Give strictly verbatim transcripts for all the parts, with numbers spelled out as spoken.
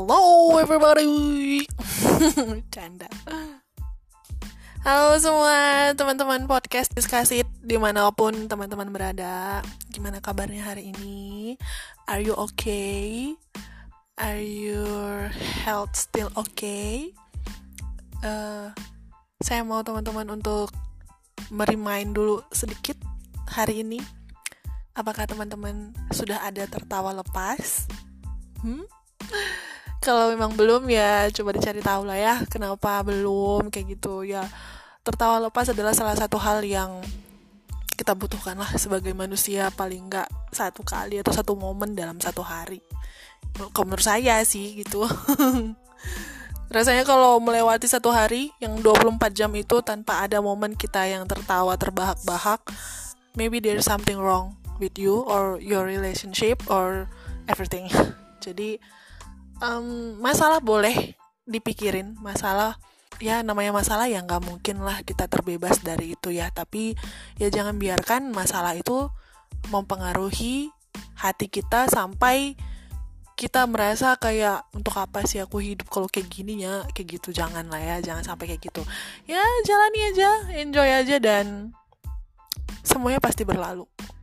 Hello everybody. Canda. Halo semua teman-teman podcast Diskusit dimanapun teman-teman berada. Gimana kabarnya hari ini? Are you okay? Are your health still okay? Uh, saya mau teman-teman untuk merimain dulu sedikit hari ini. Apakah teman-teman sudah ada tertawa lepas? Hmm? Kalau memang belum ya coba dicari tahu lah ya kenapa belum kayak gitu ya. Tertawa lepas adalah salah satu hal yang kita butuhkan lah sebagai manusia, paling enggak satu kali atau satu momen dalam satu hari. Kalau menurut saya sih gitu. Rasanya kalau melewati satu hari yang dua puluh empat jam itu tanpa ada momen kita yang tertawa terbahak-bahak, maybe there's something wrong with you or your relationship or everything. Jadi um, masalah boleh dipikirin, masalah ya namanya masalah ya nggak mungkin lah kita terbebas dari itu ya, tapi ya jangan biarkan masalah itu mempengaruhi hati kita sampai kita merasa kayak untuk apa sih aku hidup kalau kayak gini ya, kayak gitu. Jangan lah ya, jangan sampai kayak gitu ya. Jalani aja, enjoy aja, dan semuanya pasti berlalu.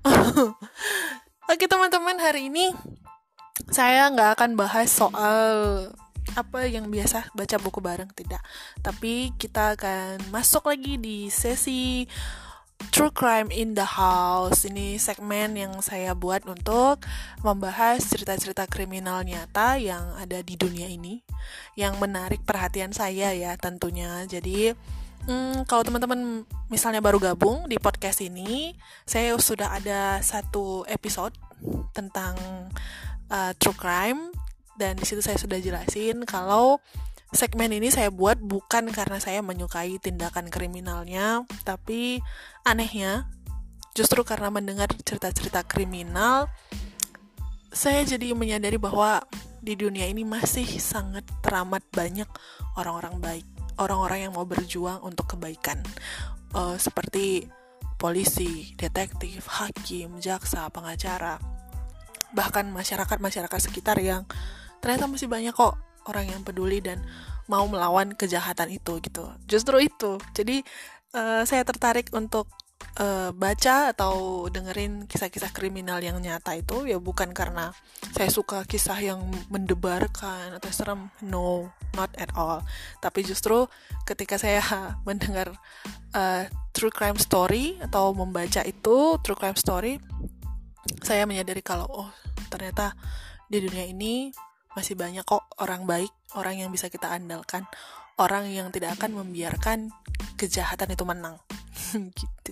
Oke teman-teman, hari ini saya nggak akan bahas soal apa yang biasa baca buku bareng, tidak. Tapi kita akan masuk lagi di sesi True Crime in the House. Ini segmen yang saya buat untuk membahas cerita-cerita kriminal nyata yang ada di dunia ini, yang menarik perhatian saya ya tentunya. Jadi hmm, kalau teman-teman misalnya baru gabung di podcast ini, saya sudah ada satu episode tentang Uh, true crime, dan di situ saya sudah jelasin kalau segmen ini saya buat bukan karena saya menyukai tindakan kriminalnya, tapi anehnya justru karena mendengar cerita-cerita kriminal saya jadi menyadari bahwa di dunia ini masih sangat teramat banyak orang-orang baik, orang-orang yang mau berjuang untuk kebaikan, uh, seperti polisi, detektif, hakim, jaksa, pengacara, bahkan masyarakat-masyarakat sekitar yang ternyata masih banyak kok orang yang peduli dan mau melawan kejahatan itu gitu. Justru itu. Jadi uh, saya tertarik untuk uh, baca atau dengerin kisah-kisah kriminal yang nyata itu ya bukan karena saya suka kisah yang mendebarkan atau serem. No, not at all. Tapi justru ketika saya mendengar uh, true crime story atau membaca itu true crime story, saya menyadari kalau oh ternyata di dunia ini masih banyak kok orang baik, orang yang bisa kita andalkan, orang yang tidak akan membiarkan kejahatan itu menang. Gitu.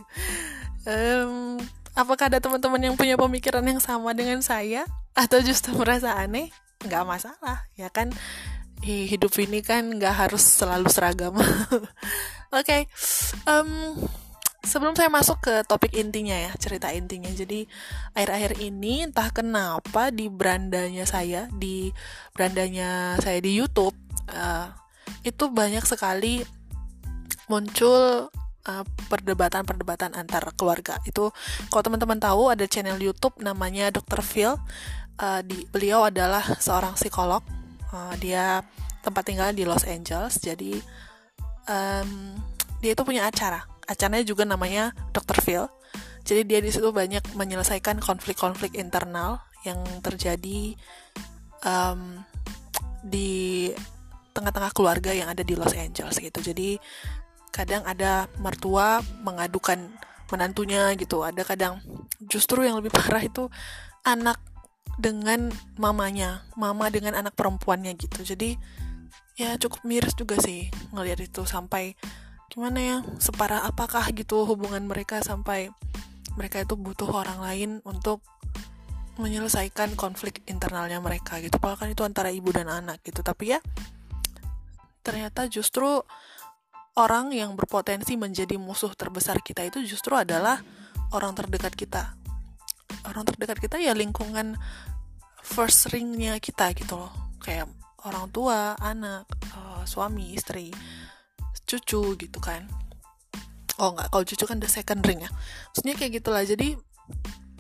Um, apakah ada teman-teman yang punya pemikiran yang sama dengan saya atau justru merasa aneh? Nggak masalah, ya kan? Hidup ini kan nggak harus selalu seragam. Oke. Okay. Um, Sebelum saya masuk ke topik intinya ya, cerita intinya. Jadi akhir-akhir ini entah kenapa di berandanya saya, di berandanya saya di YouTube, uh, itu banyak sekali muncul uh, perdebatan-perdebatan antar keluarga. Itu kalau teman-teman tahu ada channel YouTube namanya dokter Phil. Uh, di, beliau adalah seorang psikolog. Uh, dia tempat tinggalnya di Los Angeles. Jadi um, dia itu punya acara. Acaranya juga namanya dokter Phil. Jadi dia di situ banyak menyelesaikan konflik-konflik internal yang terjadi um, di tengah-tengah keluarga yang ada di Los Angeles gitu. Jadi kadang ada mertua mengadukan menantunya gitu. Ada kadang justru yang lebih parah itu anak dengan mamanya, mama dengan anak perempuannya gitu. Jadi ya cukup miris juga sih ngelihat itu, sampai gimana ya, separah apakah gitu hubungan mereka sampai mereka itu butuh orang lain untuk menyelesaikan konflik internalnya mereka gitu. Padahal kan itu antara ibu dan anak gitu. Tapi ya ternyata justru orang yang berpotensi menjadi musuh terbesar kita itu justru adalah orang terdekat kita. Orang terdekat kita ya lingkungan first ring-nya kita gitu loh. Kayak orang tua, anak, uh, suami, istri, cucu gitu kan. Oh enggak, kalau cucu kan the second ring ya. Maksudnya kayak gitulah. Jadi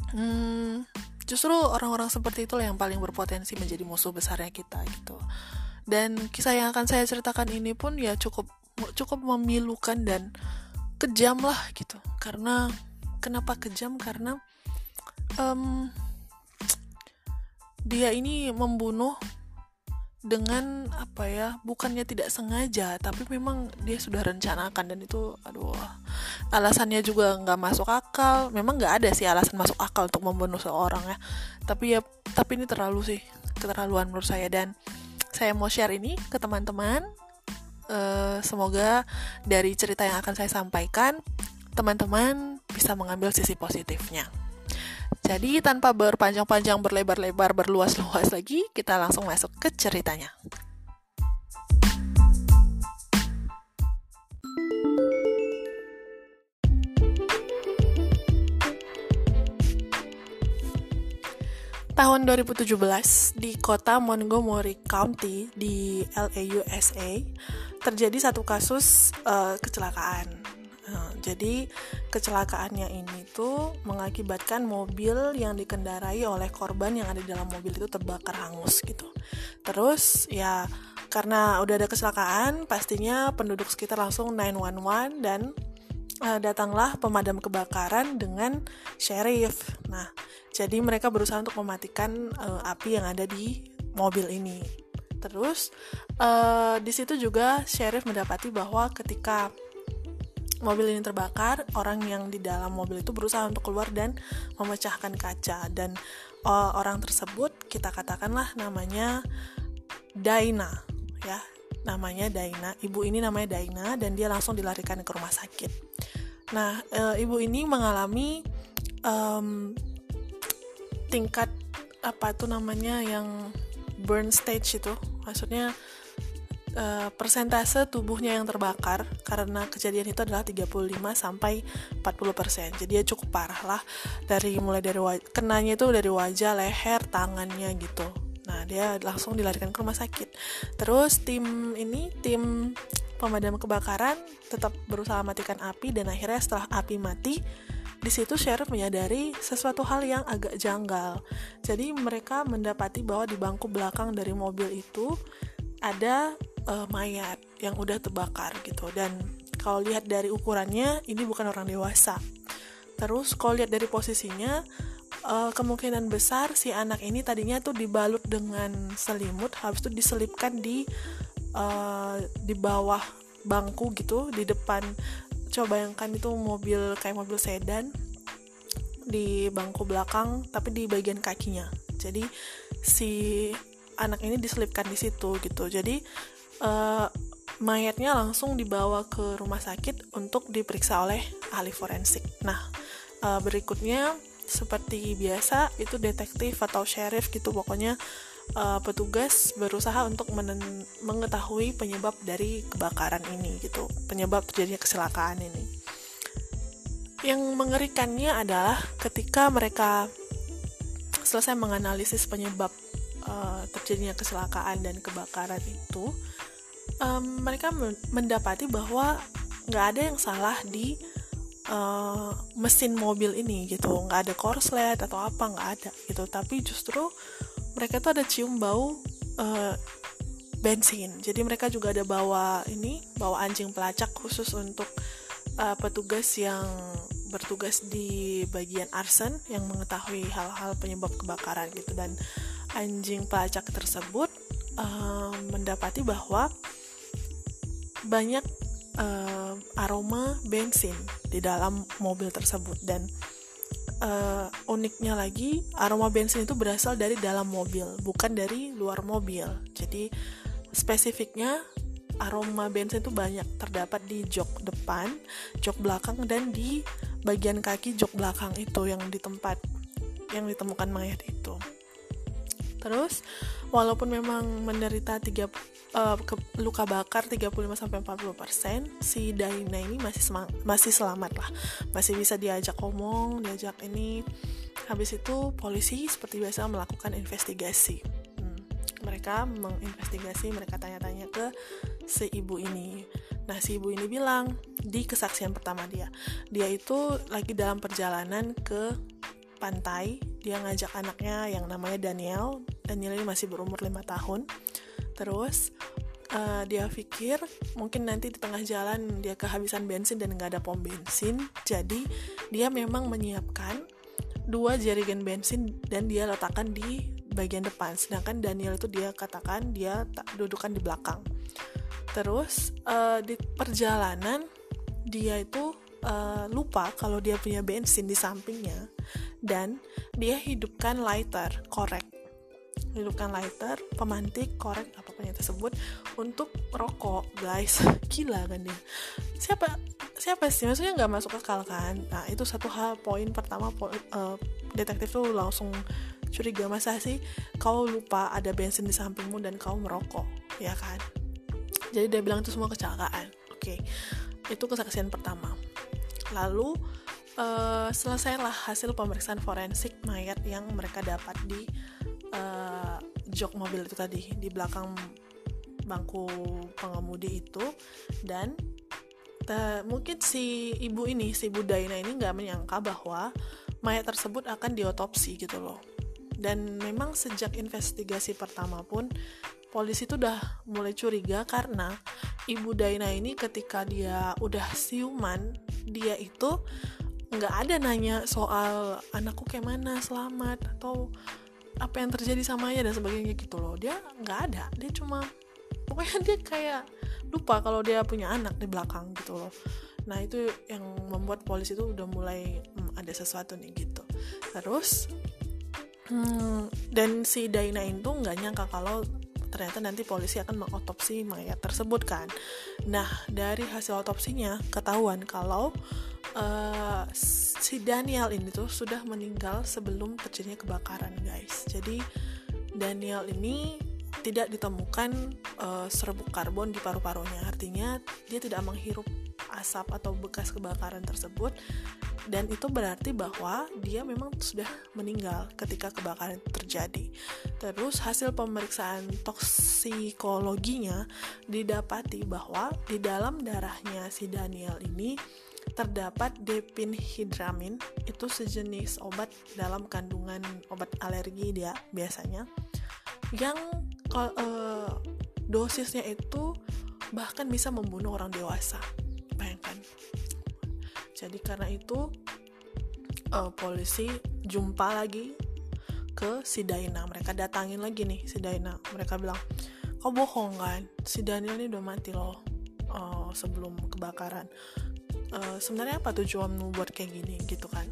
hmm, justru orang-orang seperti itulah yang paling berpotensi menjadi musuh besarnya kita gitu. Dan kisah yang akan saya ceritakan ini pun ya cukup cukup memilukan dan kejam lah gitu. Karena kenapa kejam? Karena um, dia ini membunuh dengan apa ya, bukannya tidak sengaja, tapi memang dia sudah rencanakan. Dan itu aduh, alasannya juga nggak masuk akal. Memang nggak ada sih alasan masuk akal untuk membunuh seorang ya, tapi ya tapi ini terlalu sih, keterlaluan menurut saya. Dan saya mau share ini ke teman-teman. uh, semoga dari cerita yang akan saya sampaikan teman-teman bisa mengambil sisi positifnya. Jadi tanpa berpanjang-panjang, berlebar-lebar, berluas-luas lagi, kita langsung masuk ke ceritanya. Tahun dua ribu tujuh belas, di kota Montgomery County di L A U S A, terjadi satu kasus uh, kecelakaan. Nah, jadi kecelakaannya ini tuh mengakibatkan mobil yang dikendarai oleh korban yang ada di dalam mobil itu terbakar hangus gitu. Terus ya karena udah ada kecelakaan, pastinya penduduk sekitar langsung nine one one dan uh, datanglah pemadam kebakaran dengan sheriff. Nah, jadi mereka berusaha untuk mematikan uh, api yang ada di mobil ini. Terus uh, di situ juga sheriff mendapati bahwa ketika mobil ini terbakar, orang yang di dalam mobil itu berusaha untuk keluar dan memecahkan kaca. Dan uh, orang tersebut kita katakanlah namanya Daina, ya, namanya Daina. Ibu ini namanya Daina dan dia langsung dilarikan ke rumah sakit. Nah, uh, ibu ini mengalami um, tingkat apa tuh namanya yang burn stage itu, maksudnya Uh, persentase tubuhnya yang terbakar karena kejadian itu adalah tiga puluh lima sampai empat puluh persen. Jadi dia cukup parah lah, dari mulai dari waj- kenanya itu dari wajah, leher, tangannya gitu. Nah, dia langsung dilarikan ke rumah sakit. Terus tim ini, tim pemadam kebakaran tetap berusaha matikan api, dan akhirnya setelah api mati, di situ sheriff menyadari sesuatu hal yang agak janggal. Jadi mereka mendapati bahwa di bangku belakang dari mobil itu ada Uh, mayat yang udah terbakar gitu. Dan kalau lihat dari ukurannya, ini bukan orang dewasa. Terus kalau lihat dari posisinya, uh, kemungkinan besar si anak ini tadinya tuh dibalut dengan selimut, habis itu diselipkan di uh, di bawah bangku gitu, di depan. Coba bayangkan itu mobil kayak mobil sedan, di bangku belakang tapi di bagian kakinya. Jadi si anak ini diselipkan di situ gitu. Jadi Uh, mayatnya langsung dibawa ke rumah sakit untuk diperiksa oleh ahli forensik. Nah, uh, berikutnya seperti biasa itu detektif atau sheriff gitu, pokoknya uh, petugas berusaha untuk menen- mengetahui penyebab dari kebakaran ini gitu, penyebab terjadinya kecelakaan ini. Yang mengerikannya adalah ketika mereka selesai menganalisis penyebab uh, terjadinya kecelakaan dan kebakaran itu, Um, mereka mendapati bahwa nggak ada yang salah di uh, mesin mobil ini gitu, nggak ada korslet atau apa, nggak ada gitu. Tapi justru mereka tuh ada cium bau uh, bensin. Jadi mereka juga ada bawa ini, bawa anjing pelacak khusus untuk uh, petugas yang bertugas di bagian arsen yang mengetahui hal-hal penyebab kebakaran gitu. Dan anjing pelacak tersebut uh, mendapati bahwa banyak uh, aroma bensin di dalam mobil tersebut. Dan uh, uniknya lagi, aroma bensin itu berasal dari dalam mobil, bukan dari luar mobil. Jadi spesifiknya aroma bensin itu banyak terdapat di jok depan, jok belakang, dan di bagian kaki jok belakang itu yang di tempat yang ditemukan mayat itu. Terus walaupun memang menderita tiga, uh, ke, luka bakar tiga puluh lima sampai empat puluh persen, si Daina ini masih semang, masih selamat lah. Masih bisa diajak ngomong, diajak ini. Habis itu polisi seperti biasa melakukan investigasi. Hmm, mereka menginvestigasi, mereka tanya-tanya ke si ibu ini. Nah, si ibu ini bilang di kesaksian pertama dia, dia itu lagi dalam perjalanan ke pantai. Dia ngajak anaknya yang namanya Daniel. Daniel ini masih berumur lima tahun. Terus uh, dia pikir mungkin nanti di tengah jalan dia kehabisan bensin dan nggak ada pom bensin, jadi dia memang menyiapkan dua jerigen bensin dan dia letakkan di bagian depan, sedangkan Daniel itu dia katakan dia tak dudukan di belakang. Terus uh, di perjalanan dia itu uh, lupa kalau dia punya bensin di sampingnya, dan dia hidupkan lighter, korek. Hidupkan lighter, pemantik, korek, apapun yang tersebut untuk rokok, guys. Gila kan dia. Siapa siapa sih? Maksudnya nggak masuk akal kan? Nah, itu satu hal, poin pertama. Po, uh, detektif tuh langsung curiga, masa sih kau lupa ada bensin di sampingmu dan kau merokok, ya kan? Jadi dia bilang itu semua kecelakaan. Oke, itu kesaksian pertama. Lalu uh, selesailah hasil pemeriksaan forensik mayat yang mereka dapat di Uh, jok mobil itu tadi, di belakang bangku pengemudi itu. Dan te- mungkin si ibu ini, si ibu Daina ini gak menyangka bahwa mayat tersebut akan diotopsi gitu loh. Dan memang sejak investigasi pertama pun polisi tuh udah mulai curiga, karena ibu Daina ini ketika dia udah siuman, dia itu gak ada nanya soal anakku kayak mana, selamat, atau apa yang terjadi sama ayah dan sebagainya gitu loh. Dia nggak ada, dia cuma pokoknya dia kayak lupa kalau dia punya anak di belakang gitu loh. Nah itu yang membuat polisi itu udah mulai hmm, ada sesuatu nih gitu. Terus hmm, dan si Daina itu nggak nyangka kalau ternyata nanti polisi akan mengotopsi mayat tersebut kan. Nah dari hasil otopsinya ketahuan kalau Uh, si Daniel ini tuh sudah meninggal sebelum terjadinya kebakaran, guys. Jadi Daniel ini tidak ditemukan uh, serbuk karbon di paru-parunya, artinya dia tidak menghirup asap atau bekas kebakaran tersebut, dan itu berarti bahwa dia memang sudah meninggal ketika kebakaran terjadi. Terus hasil pemeriksaan toksikologinya didapati bahwa di dalam darahnya si Daniel ini terdapat diphenhydramin, itu sejenis obat dalam kandungan obat alergi dia biasanya, yang uh, dosisnya itu bahkan bisa membunuh orang dewasa. Bayangkan. Jadi karena itu uh, polisi jumpa lagi ke si Daina. Mereka datangin lagi nih si Daina. Mereka bilang, kau bohong kan? Si Daniel ini udah mati loh uh, sebelum kebakaran. Uh, sebenarnya apa tujuanmu buat kayak gini gitu kan.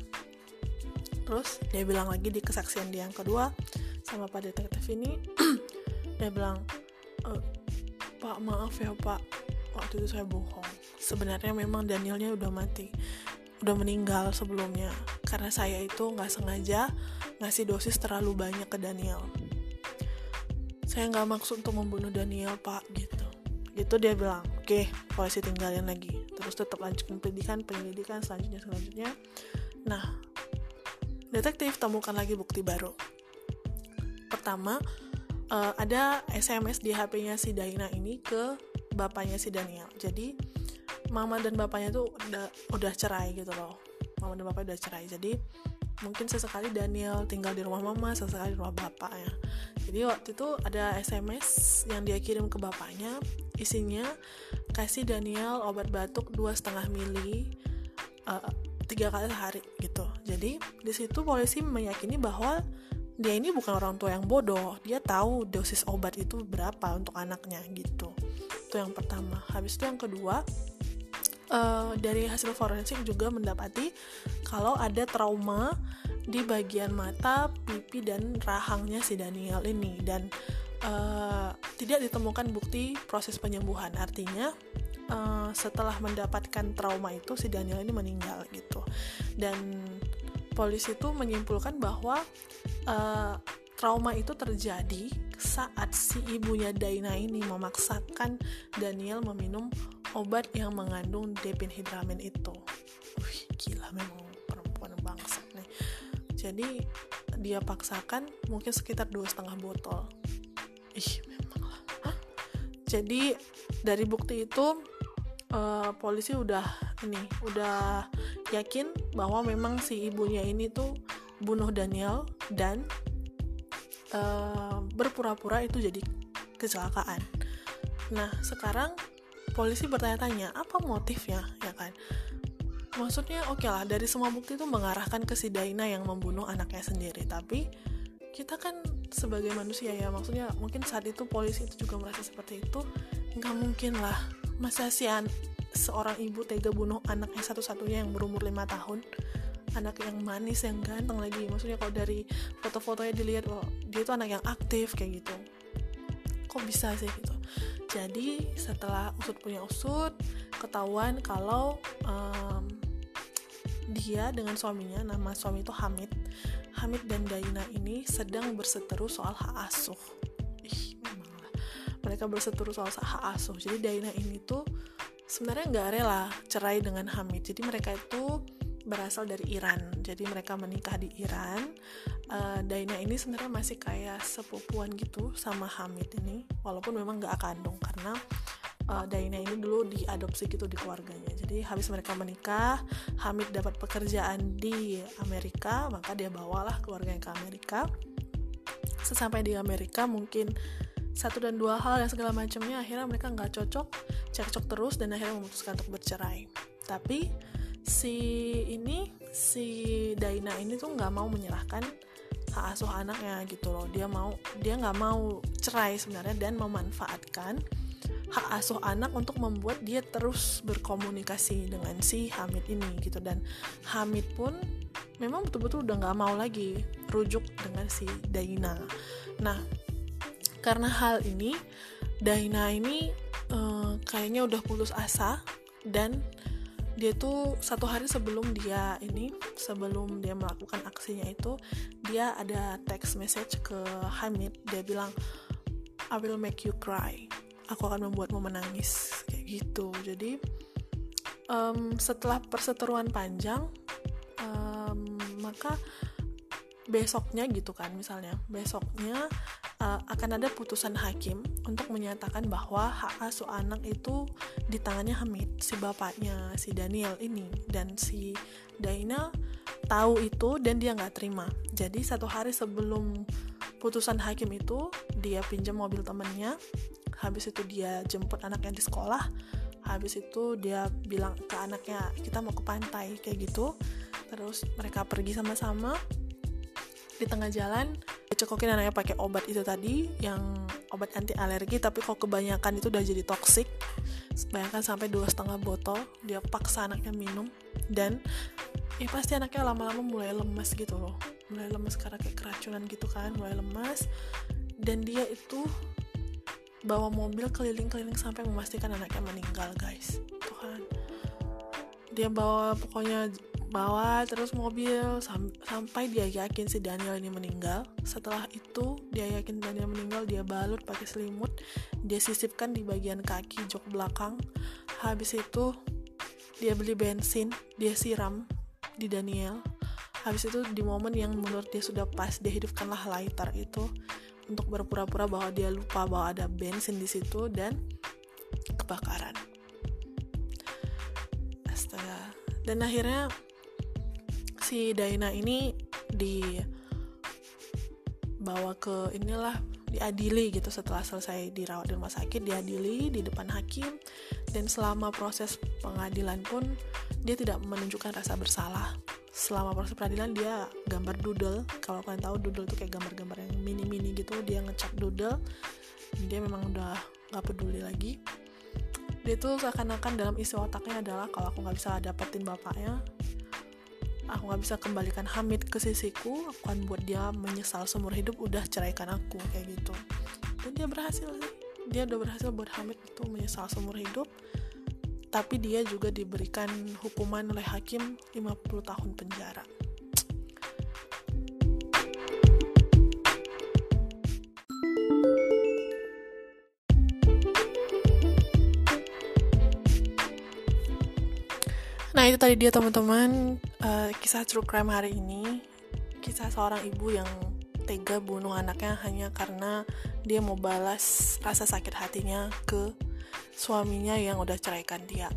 Terus dia bilang lagi di kesaksian dia yang kedua sama Pak Detektif ini, dia bilang, e, Pak maaf ya Pak, waktu itu saya bohong, sebenarnya memang Danielnya udah mati, udah meninggal sebelumnya, karena saya itu gak sengaja ngasih dosis terlalu banyak ke Daniel. Saya gak maksud untuk membunuh Daniel Pak, gitu gitu dia bilang. Oke, polisi tinggalin lagi, terus tetap lanjutin penyelidikan penyelidikan selanjutnya selanjutnya. Nah, detektif temukan lagi bukti baru. Pertama, uh, ada S M S di H P-nya si Daina ini ke bapaknya si Daniel. Jadi mama dan bapaknya tuh udah udah cerai gitu loh. Mama dan bapaknya udah cerai. Jadi mungkin sesekali Daniel tinggal di rumah mama, sesekali di rumah bapaknya. Jadi waktu itu ada S M S yang dia kirim ke bapaknya, isinya kasih Daniel obat batuk dua setengah mili uh, tiga kali sehari gitu. Jadi di situ polisi meyakini bahwa dia ini bukan orang tua yang bodoh, dia tahu dosis obat itu berapa untuk anaknya gitu. Itu yang pertama. Habis itu yang kedua, uh, dari hasil forensik juga mendapati kalau ada trauma di bagian mata, pipi, dan rahangnya si Daniel ini, dan uh, tidak ditemukan bukti proses penyembuhan. Artinya uh, setelah mendapatkan trauma itu si Daniel ini meninggal gitu. Dan polisi itu menyimpulkan bahwa uh, trauma itu terjadi saat si ibunya Daina ini memaksakan Daniel meminum obat yang mengandung diphenhydramin itu. Wih, gila memang perempuan bangsat nih. Jadi dia paksakan mungkin sekitar dua setengah botol. Ih, memang lah. Hah? Jadi dari bukti itu uh, polisi udah ini, udah yakin bahwa memang si ibunya ini tuh bunuh Daniel dan uh, berpura-pura itu jadi kecelakaan. Nah sekarang polisi bertanya-tanya apa motifnya, ya kan? Maksudnya oke okay lah, dari semua bukti itu mengarahkan ke si Daina yang membunuh anaknya sendiri. Tapi kita kan sebagai manusia ya, maksudnya mungkin saat itu polisi itu juga merasa seperti itu. Nggak mungkin lah, masa si an- seorang ibu tega bunuh anaknya satu-satunya yang berumur lima tahun, anak yang manis, yang ganteng lagi. Maksudnya kalau dari foto-fotonya dilihat, oh, dia itu anak yang aktif kayak gitu. Kok bisa sih gitu? Jadi setelah usut punya usut, ketahuan kalau um, dia dengan suaminya, nama suami itu Hamid, Hamid dan Daina ini sedang berseteru soal hak asuh. Ih, memang lah. Mereka berseteru soal hak asuh. Jadi Daina ini tuh sebenarnya nggak rela cerai dengan Hamid. Jadi mereka itu berasal dari Iran, jadi mereka menikah di Iran. uh, Daina ini sebenarnya masih kayak sepupuan gitu sama Hamid ini, walaupun memang gak kandung, karena uh, Daina ini dulu diadopsi gitu di keluarganya. Jadi habis mereka menikah, Hamid dapat pekerjaan di Amerika, maka dia bawalah keluarganya ke Amerika. Sesampai di Amerika mungkin satu dan dua hal dan segala macamnya, akhirnya mereka gak cocok, cekcok terus, dan akhirnya memutuskan untuk bercerai. Tapi si ini si Daina ini tuh nggak mau menyerahkan hak asuh anaknya gitu loh. Dia mau dia nggak mau cerai sebenarnya, dan memanfaatkan hak asuh anak untuk membuat dia terus berkomunikasi dengan si Hamid ini gitu. Dan Hamid pun memang betul-betul udah nggak mau lagi rujuk dengan si Daina. Nah karena hal ini, Daina ini uh, kayaknya udah putus asa, dan dia tuh satu hari sebelum dia ini sebelum dia melakukan aksinya itu, dia ada text message ke Hamid. Dia bilang, I will make you cry, aku akan membuatmu menangis, kayak gitu. Jadi um, setelah perseteruan panjang, um, maka besoknya gitu kan, misalnya besoknya uh, akan ada putusan hakim untuk menyatakan bahwa hak asuh anak itu di tangannya Hamid, si bapaknya, si Daniel ini. Dan si Daina tahu itu dan dia nggak terima. Jadi satu hari sebelum putusan hakim itu, dia pinjam mobil temannya, habis itu dia jemput anaknya di sekolah, habis itu dia bilang ke anaknya, kita mau ke pantai, kayak gitu. Terus mereka pergi sama-sama. Di tengah jalan dicekokin anaknya pakai obat itu tadi, yang obat anti alergi, tapi kok kebanyakan itu udah jadi toksik. Bayangkan sampai dua setengah botol dia paksa anaknya minum, dan ya pasti anaknya lama-lama mulai lemas gitu loh, mulai lemas karena kayak keracunan gitu kan, mulai lemas. Dan dia itu bawa mobil keliling-keliling sampai memastikan anaknya meninggal, guys. Tuhan, dia bawa pokoknya bawa terus mobil sam- sampai dia yakin si Daniel ini meninggal. Setelah itu dia yakin Daniel meninggal, dia balut pakai selimut, dia sisipkan di bagian kaki jok belakang. Habis itu dia beli bensin, dia siram di Daniel. Habis itu di momen yang menurut dia sudah pas, dia hidupkanlah lighter itu untuk berpura-pura bahwa dia lupa bahwa ada bensin di situ, dan kebakaran. Astaga. Dan akhirnya si Daina ini dibawa ke inilah, diadili gitu. Setelah selesai dirawat di rumah sakit, diadili di depan hakim. Dan selama proses pengadilan pun dia tidak menunjukkan rasa bersalah. Selama proses peradilan dia gambar doodle. Kalau kalian tahu doodle itu kayak gambar-gambar yang mini-mini gitu, dia ngecap doodle. Dia memang udah gak peduli lagi. Dia tuh seakan-akan dalam isi otaknya adalah, kalau aku gak bisa dapetin bapaknya, aku gak bisa kembalikan Hamid ke sisiku, aku akan buat dia menyesal seumur hidup, udah ceraikan aku, kayak gitu. Dan dia berhasil sih, dia udah berhasil buat Hamid itu menyesal seumur hidup. Tapi dia juga diberikan hukuman oleh hakim lima puluh tahun penjara. Nah itu tadi dia teman-teman, uh, kisah true crime hari ini. Kisah seorang ibu yang tega bunuh anaknya hanya karena dia mau balas rasa sakit hatinya ke suaminya yang udah ceraikan dia.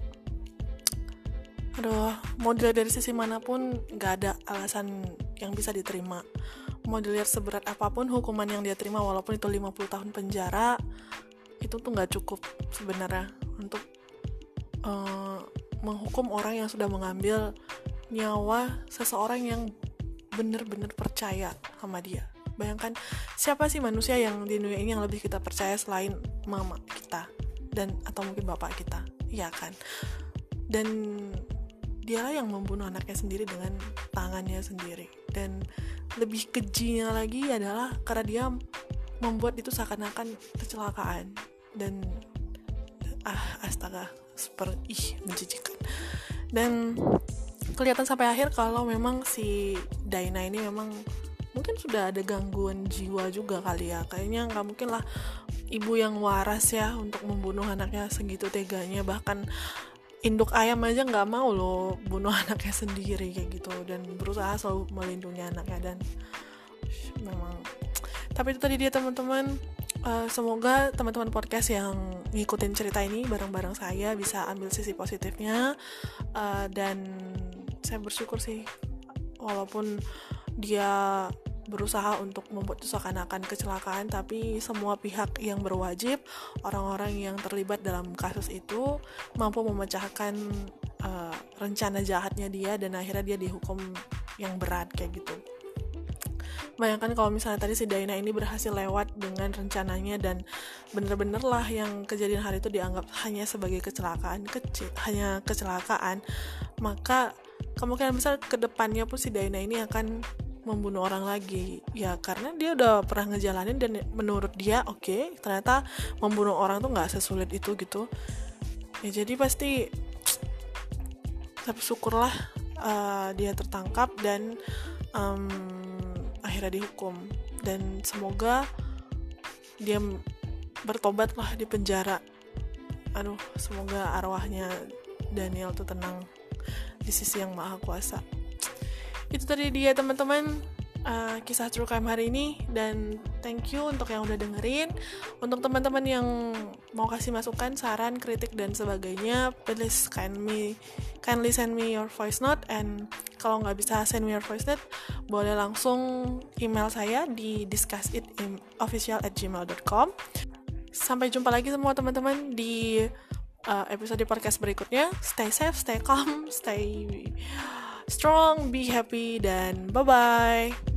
Aduh, mau dilihat dari sisi manapun gak ada alasan yang bisa diterima. mau dilihat seberat apapun hukuman yang dia terima, walaupun itu lima puluh tahun penjara, itu tuh gak cukup sebenarnya untuk uh, menghukum orang yang sudah mengambil nyawa seseorang yang benar-benar percaya sama dia. Bayangkan, siapa sih manusia yang di dunia ini yang lebih kita percaya selain mama kita dan atau mungkin bapak kita, ya kan? Dan dialah yang membunuh anaknya sendiri dengan tangannya sendiri. Dan lebih kejinya lagi adalah karena dia membuat itu seakan-akan kecelakaan. Dan ah astaga, super ih menjijikan. Dan kelihatan sampai akhir kalau memang si Daina ini memang mungkin sudah ada gangguan jiwa juga kali ya. Kayaknya nggak mungkin lah ibu yang waras ya untuk membunuh anaknya segitu teganya. Bahkan induk ayam aja nggak mau loh bunuh anaknya sendiri kayak gitu, dan berusaha selalu melindungi anaknya. Dan memang, tapi itu tadi dia teman-teman. Uh, semoga teman-teman podcast yang ngikutin cerita ini bareng-bareng saya bisa ambil sisi positifnya, uh, dan saya bersyukur sih walaupun dia berusaha untuk membuat itu seakan-akan kecelakaan, tapi semua pihak yang berwajib, orang-orang yang terlibat dalam kasus itu mampu memecahkan uh, rencana jahatnya dia, dan akhirnya dia dihukum yang berat kayak gitu. Bayangkan kalau misalnya tadi si Daina ini berhasil lewat dengan rencananya, dan bener-bener lah yang kejadian hari itu dianggap hanya sebagai kecelakaan kecil, hanya kecelakaan, maka kemungkinan besar kedepannya pun si Daina ini akan membunuh orang lagi, ya karena dia udah pernah ngejalanin dan menurut dia oke, okay, ternyata membunuh orang tuh nggak sesulit itu gitu ya. Jadi pasti tapi syukurlah uh, dia tertangkap dan um, akhirnya dihukum, dan semoga dia bertobat lah di penjara. Aduh, semoga arwahnya Daniel tuh tenang di sisi yang maha kuasa. Itu tadi dia teman-teman, uh, kisah true crime hari ini, dan thank you untuk yang udah dengerin. Untuk teman-teman yang mau kasih masukan, saran, kritik dan sebagainya, please kindly kindly send me your voice note, and kalau nggak bisa send me your voice note, boleh langsung email saya di discussit official at gmail dot com. Sampai jumpa lagi semua teman-teman di uh, episode podcast berikutnya. Stay safe, stay calm, stay strong, be happy, dan bye-bye.